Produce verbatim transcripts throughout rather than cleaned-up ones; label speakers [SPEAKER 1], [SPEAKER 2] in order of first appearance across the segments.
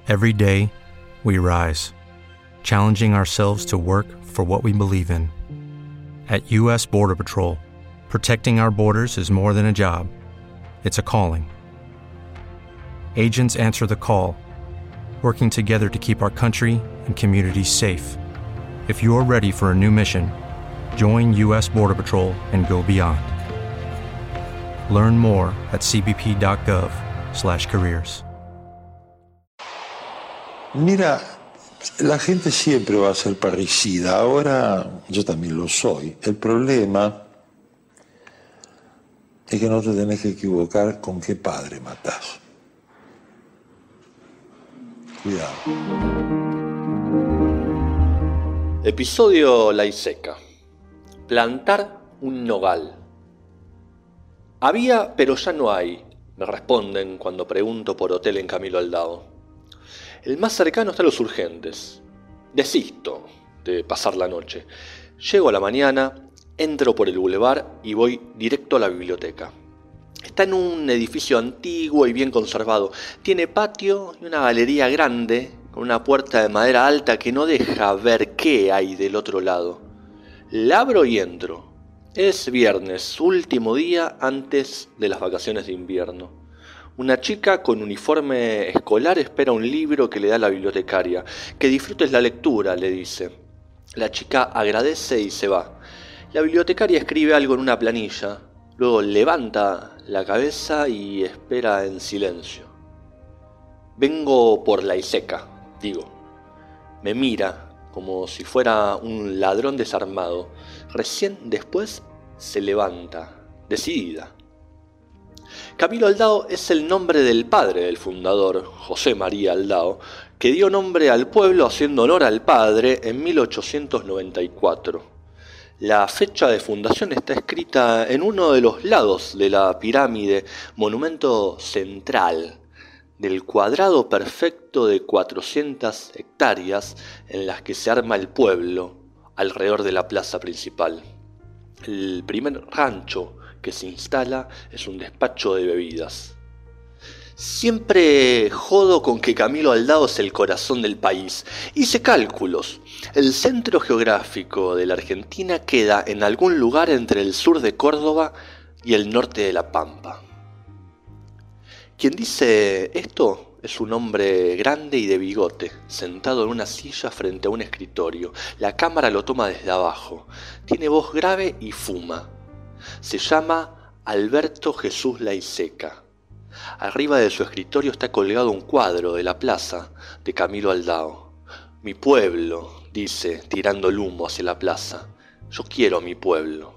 [SPEAKER 1] Every day, we rise, challenging ourselves to work for what we believe in. At U S Border Patrol, protecting our borders is more than a job. It's a calling. Agents answer the call, working together to keep our country and communities safe. If you're ready for a new mission, join U S Border Patrol and go beyond. Learn more at c b p dot gov slash careers.
[SPEAKER 2] Mira, la gente siempre va a ser parricida. Ahora yo también lo soy. El problema es que no te tenés que equivocar con qué padre matás. Cuidado.
[SPEAKER 3] Episodio La Iseca. Plantar un nogal. Había, pero ya no hay, me responden cuando pregunto por hotel en Camilo Aldao. El más cercano está a Los Urgentes. Desisto de pasar la noche. Llego a la mañana, entro por el bulevar y voy directo a la biblioteca. Está en un edificio antiguo y bien conservado. Tiene patio y una galería grande con una puerta de madera alta que no deja ver qué hay del otro lado. La abro y entro. Es viernes, último día antes de las vacaciones de invierno. Una chica con uniforme escolar espera un libro que le da la bibliotecaria. Que disfrutes la lectura, le dice. La chica agradece y se va. La bibliotecaria escribe algo en una planilla, luego levanta la cabeza y espera en silencio. Vengo por la Iseca, digo. Me mira como si fuera un ladrón desarmado. Recién después se levanta, decidida. Camilo Aldao es el nombre del padre del fundador, José María Aldao, que dio nombre al pueblo haciendo honor al padre en mil ochocientos noventa y cuatro. La fecha de fundación está escrita en uno de los lados de la pirámide, monumento central, del cuadrado perfecto de cuatrocientas hectáreas en las que se arma el pueblo alrededor de la plaza principal. El primer rancho que se instala es un despacho de bebidas. Siempre jodo con que Camilo Aldao es el corazón del país. Hice cálculos. El centro geográfico de la Argentina queda en algún lugar entre el sur de Córdoba y el norte de La Pampa. Quien dice esto es un hombre grande y de bigote, sentado en una silla frente a un escritorio. La cámara lo toma desde abajo. Tiene voz grave y fuma. Se llama Alberto Jesús La Iseca. Arriba de su escritorio está colgado un cuadro de la plaza de Camilo Aldao. Mi pueblo, dice, tirando el humo hacia la plaza. Yo quiero mi pueblo.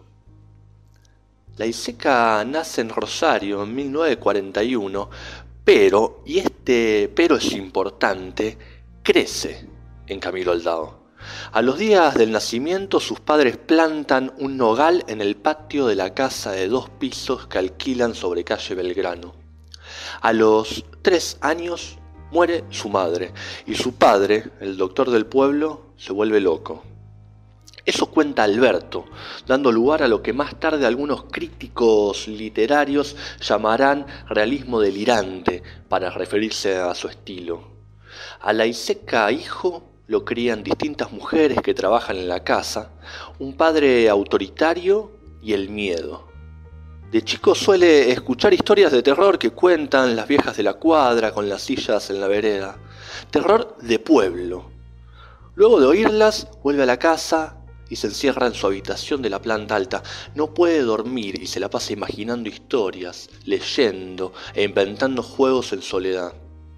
[SPEAKER 3] La Iseca nace en Rosario en mil novecientos cuarenta y uno, pero, y este pero es importante, crece en Camilo Aldao. A los días del nacimiento sus padres plantan un nogal en el patio de la casa de dos pisos que alquilan sobre calle Belgrano. A los tres años muere su madre y su padre, el doctor del pueblo, se vuelve loco. Eso cuenta Alberto, dando lugar a lo que más tarde algunos críticos literarios llamarán realismo delirante para referirse a su estilo. A la Iseca hijo lo crían distintas mujeres que trabajan en la casa, un padre autoritario y el miedo. De chico suele escuchar historias de terror que cuentan las viejas de la cuadra con las sillas en la vereda. Terror de pueblo. Luego de oírlas, vuelve a la casa y se encierra en su habitación de la planta alta. No puede dormir y se la pasa imaginando historias, leyendo e inventando juegos en soledad.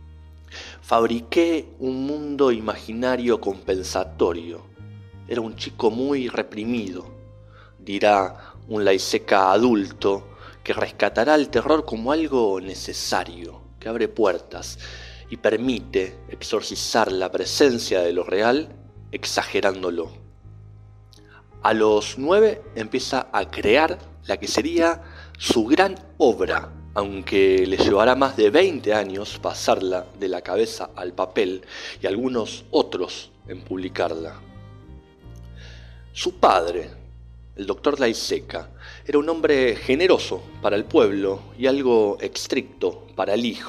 [SPEAKER 3] Fabriqué un mundo imaginario compensatorio. Era un chico muy reprimido, dirá un La Iseca adulto que rescatará el terror como algo necesario, que abre puertas y permite exorcizar la presencia de lo real exagerándolo. A los nueve empieza a crear la que sería su gran obra, aunque le llevará más de veinte años pasarla de la cabeza al papel y algunos otros en publicarla. Su padre, el doctor La Iseca, era un hombre generoso para el pueblo y algo estricto para el hijo,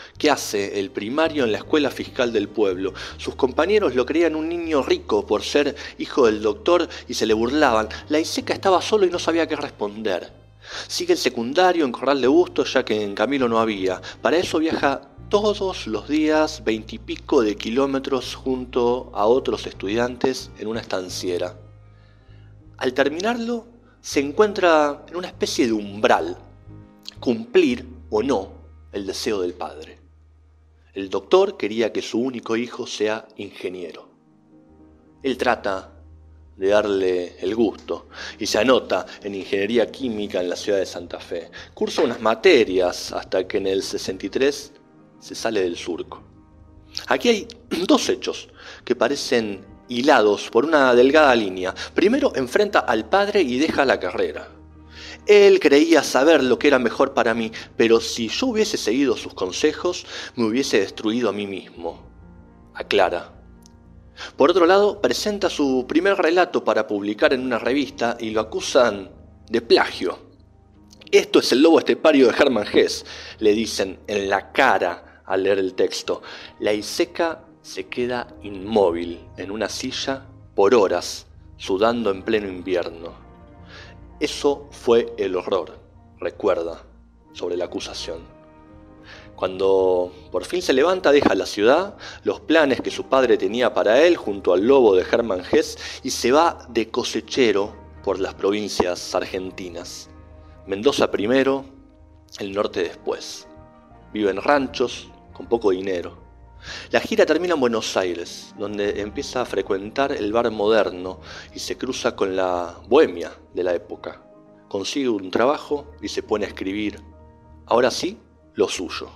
[SPEAKER 3] que hace el primario en la escuela fiscal del pueblo. Sus compañeros lo creían un niño rico por ser hijo del doctor y se le burlaban. Laiseca estaba solo y no sabía qué responder. Sigue el secundario en Corral de Bustos, ya que en Camilo no había. Para eso viaja todos los días veintipico de kilómetros junto a otros estudiantes en una estanciera. Al terminarlo, se encuentra en una especie de umbral, cumplir o no el deseo del padre. El doctor quería que su único hijo sea ingeniero. Él trata de darle el gusto y se anota en ingeniería química en la ciudad de Santa Fe. Cursa unas materias hasta que en el sesenta y tres se sale del surco. Aquí hay dos hechos que parecen hilados por una delgada línea. Primero, enfrenta al padre y deja la carrera. Él creía saber lo que era mejor para mí, pero si yo hubiese seguido sus consejos, me hubiese destruido a mí mismo. Aclara. Por otro lado, presenta su primer relato para publicar en una revista y lo acusan de plagio. Esto es el lobo estepario de Hermann Hesse, le dicen en la cara al leer el texto. Laiseca se queda inmóvil en una silla por horas, sudando en pleno invierno. Eso fue el horror, recuerda, sobre la acusación. Cuando por fin se levanta, deja la ciudad, los planes que su padre tenía para él junto al lobo de Hermann Hesse y se va de cosechero por las provincias argentinas. Mendoza primero, el norte después. Vive en ranchos, con poco dinero. La gira termina en Buenos Aires, donde empieza a frecuentar el bar moderno y se cruza con la bohemia de la época. Consigue un trabajo y se pone a escribir, ahora sí, lo suyo.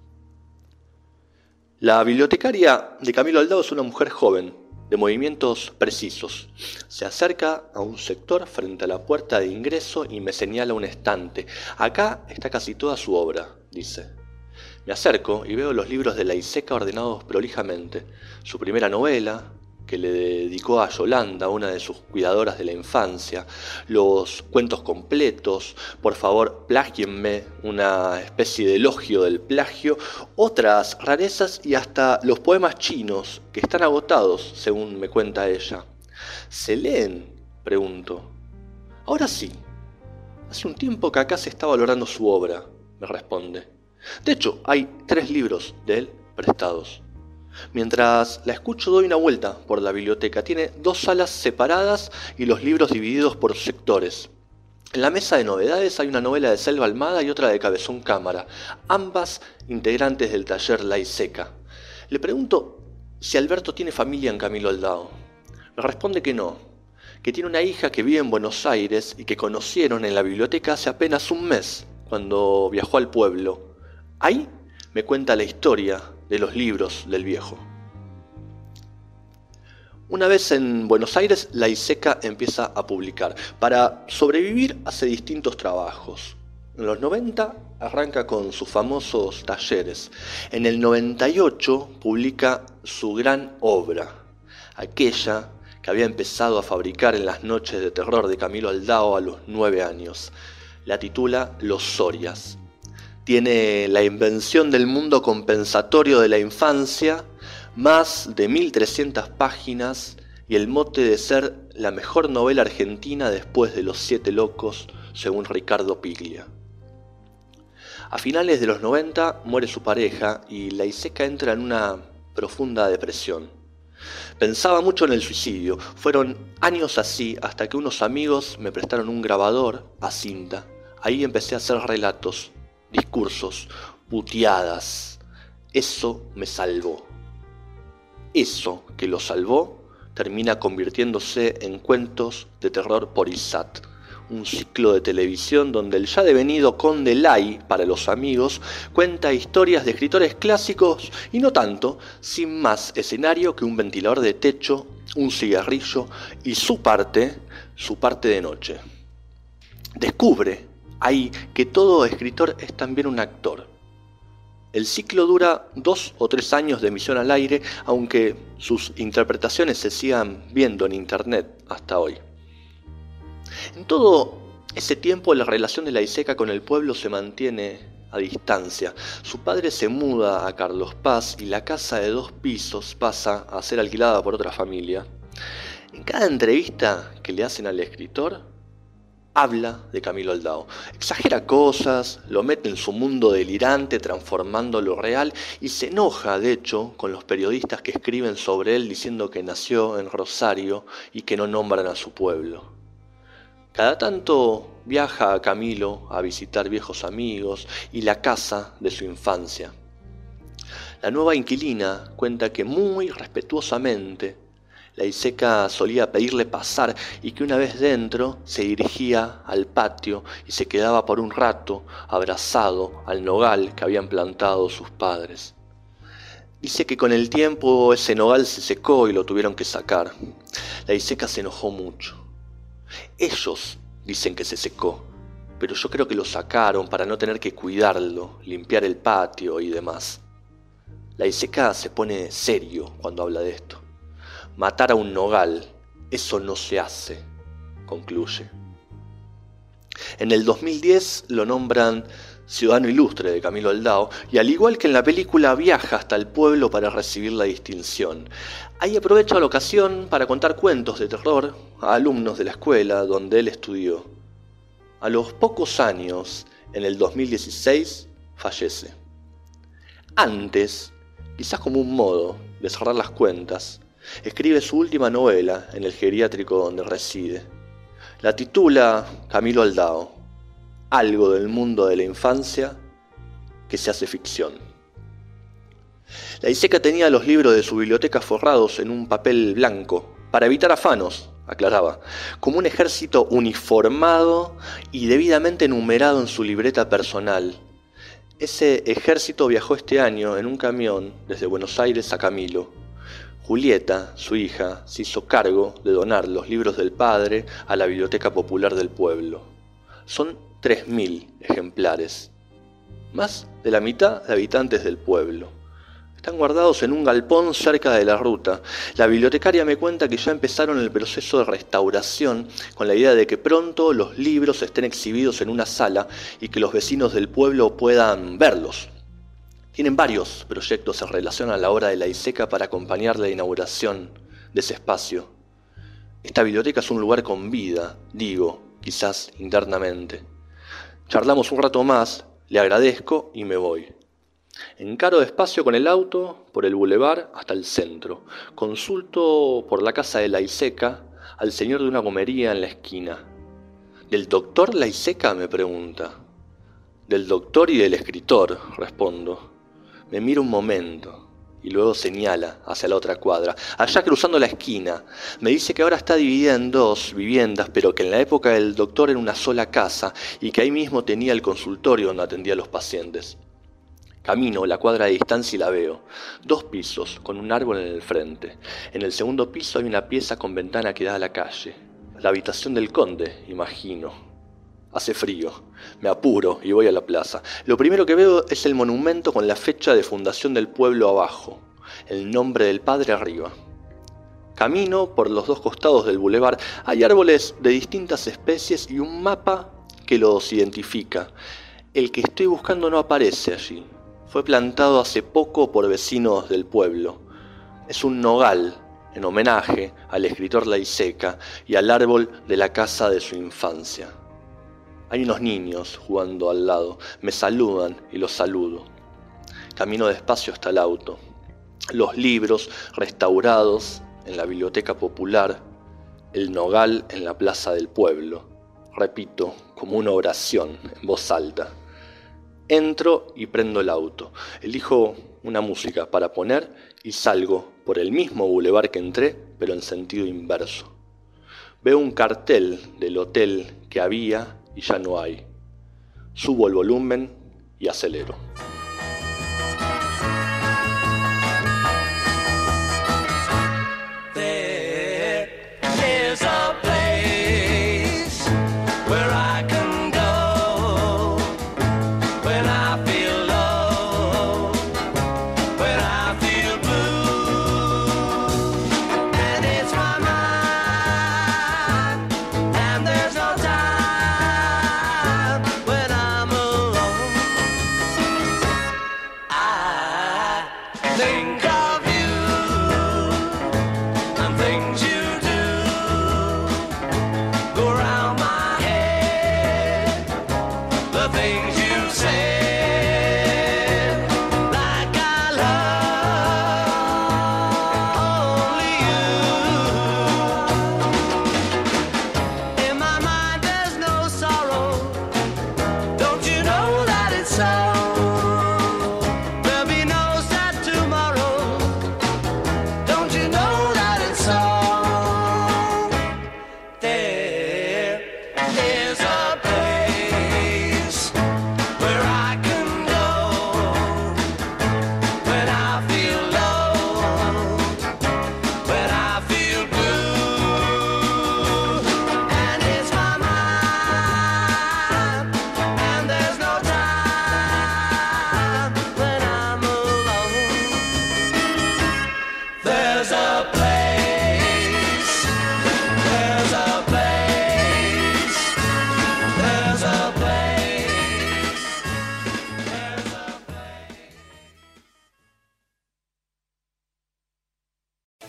[SPEAKER 3] La bibliotecaria de Camilo Aldao es una mujer joven, de movimientos precisos. Se acerca a un sector frente a la puerta de ingreso y me señala un estante. Acá está casi toda su obra, dice. Me acerco y veo los libros de Laiseca ordenados prolijamente. Su primera novela, que le dedicó a Yolanda, una de sus cuidadoras de la infancia, los cuentos completos, por favor, plágienme, una especie de elogio del plagio, otras rarezas y hasta los poemas chinos, que están agotados, según me cuenta ella. ¿Se leen?, pregunto. Ahora sí. Hace un tiempo que acá se está valorando su obra, me responde. De hecho, hay tres libros de él prestados. Mientras la escucho doy una vuelta por la biblioteca. Tiene dos salas separadas y los libros divididos por sectores. En la mesa de novedades hay una novela de Selva Almada y otra de Cabezón Cámara, ambas integrantes del taller Laiseca. Le pregunto si Alberto tiene familia en Camilo Aldao. Me responde que no, que tiene una hija que vive en Buenos Aires y que conocieron en la biblioteca hace apenas un mes, cuando viajó al pueblo. Ahí me cuenta la historia de los libros del viejo. Una vez en Buenos Aires, Laiseca empieza a publicar. Para sobrevivir hace distintos trabajos. En los noventa arranca con sus famosos talleres. En el noventa y ocho publica su gran obra, aquella que había empezado a fabricar en las noches de terror de Camilo Aldao a los nueve años. La titula Los Sorias. Tiene la invención del mundo compensatorio de la infancia, más de mil trescientas páginas y el mote de ser la mejor novela argentina después de Los Siete Locos, según Ricardo Piglia. A finales de los noventa muere su pareja y Laiseca entra en una profunda depresión. Pensaba mucho en el suicidio. Fueron años así hasta que unos amigos me prestaron un grabador a cinta. Ahí empecé a hacer relatos, discursos, puteadas. Eso me salvó. Eso que lo salvó termina convirtiéndose en cuentos de terror por I S A T, un ciclo de televisión donde el ya devenido Conde Lai, para los amigos, cuenta historias de escritores clásicos y no tanto, sin más escenario que un ventilador de techo, un cigarrillo y su parte, su parte de noche. Descubre ahí que todo escritor es también un actor. El ciclo dura dos o tres años de emisión al aire, aunque sus interpretaciones se sigan viendo en internet hasta hoy. En todo ese tiempo la relación de Laiseca con el pueblo se mantiene a distancia. Su padre se muda a Carlos Paz y la casa de dos pisos pasa a ser alquilada por otra familia. En cada entrevista que le hacen al escritor, habla de Camilo Aldao. Exagera cosas, lo mete en su mundo delirante, transformando lo real, y se enoja, de hecho, con los periodistas que escriben sobre él diciendo que nació en Rosario y que no nombran a su pueblo. Cada tanto viaja a Camilo a visitar viejos amigos y la casa de su infancia. La nueva inquilina cuenta que muy respetuosamente la Iseca solía pedirle pasar y que una vez dentro se dirigía al patio y se quedaba por un rato abrazado al nogal que habían plantado sus padres. Dice que con el tiempo ese nogal se secó y lo tuvieron que sacar. La Iseca se enojó mucho. Ellos dicen que se secó, pero yo creo que lo sacaron para no tener que cuidarlo, limpiar el patio y demás. La Iseca se pone serio cuando habla de esto. Matar a un nogal, eso no se hace, concluye. En el dos mil diez lo nombran ciudadano ilustre de Camilo Aldao y al igual que en la película viaja hasta el pueblo para recibir la distinción. Ahí aprovecha la ocasión para contar cuentos de terror a alumnos de la escuela donde él estudió. A los pocos años, en el dos mil dieciséis, fallece. Antes, quizás como un modo de cerrar las cuentas, escribe su última novela en el geriátrico donde reside. La titula Camilo Aldao, algo del mundo de la infancia que se hace ficción. La Iseca tenía los libros de su biblioteca forrados en un papel blanco, para evitar afanos, aclaraba, como un ejército uniformado y debidamente numerado en su libreta personal. Ese ejército viajó este año en un camión desde Buenos Aires a Camilo. Julieta, su hija, se hizo cargo de donar los libros del padre a la Biblioteca Popular del pueblo. Son tres mil ejemplares, más de la mitad de habitantes del pueblo. Están guardados en un galpón cerca de la ruta. La bibliotecaria me cuenta que ya empezaron el proceso de restauración con la idea de que pronto los libros estén exhibidos en una sala y que los vecinos del pueblo puedan verlos. Tienen varios proyectos en relación a la obra de la Iseca para acompañar la inauguración de ese espacio. Esta biblioteca es un lugar con vida, digo, quizás internamente. Charlamos un rato más, le agradezco y me voy. Encaro despacio con el auto por el bulevar hasta el centro. Consulto por la casa de la Iseca al señor de una gomería en la esquina. ¿Del doctor la Iseca?, me pregunta. Del doctor y del escritor, respondo. Me mira un momento y luego señala hacia la otra cuadra, allá cruzando la esquina. Me dice que ahora está dividida en dos viviendas, pero que en la época del doctor era una sola casa y que ahí mismo tenía el consultorio donde atendía a los pacientes. Camino la cuadra de distancia y la veo. Dos pisos, con un árbol en el frente. En el segundo piso hay una pieza con ventana que da a la calle. La habitación del conde, imagino. Hace frío, me apuro y voy a la plaza. Lo primero que veo es el monumento con la fecha de fundación del pueblo abajo, el nombre del padre arriba. Camino por los dos costados del bulevar. Hay árboles de distintas especies y un mapa que los identifica. El que estoy buscando no aparece allí. Fue plantado hace poco por vecinos del pueblo. Es un nogal en homenaje al escritor La Iseca y al árbol de la casa de su infancia. Hay unos niños jugando al lado. Me saludan y los saludo. Camino despacio hasta el auto. Los libros restaurados en la Biblioteca Popular. El nogal en la plaza del pueblo. Repito, como una oración en voz alta. Entro y prendo el auto. Elijo una música para poner y salgo por el mismo bulevar que entré, pero en sentido inverso. Veo un cartel del hotel que había y ya no hay. Subo el volumen y acelero.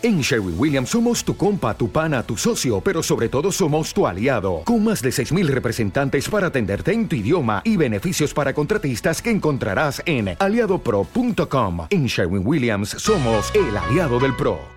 [SPEAKER 4] En Sherwin-Williams somos tu compa, tu pana, tu socio, pero sobre todo somos tu aliado, con más de seis mil representantes para atenderte en tu idioma y beneficios para contratistas que encontrarás en aliado pro punto com. En Sherwin-Williams somos el aliado del pro.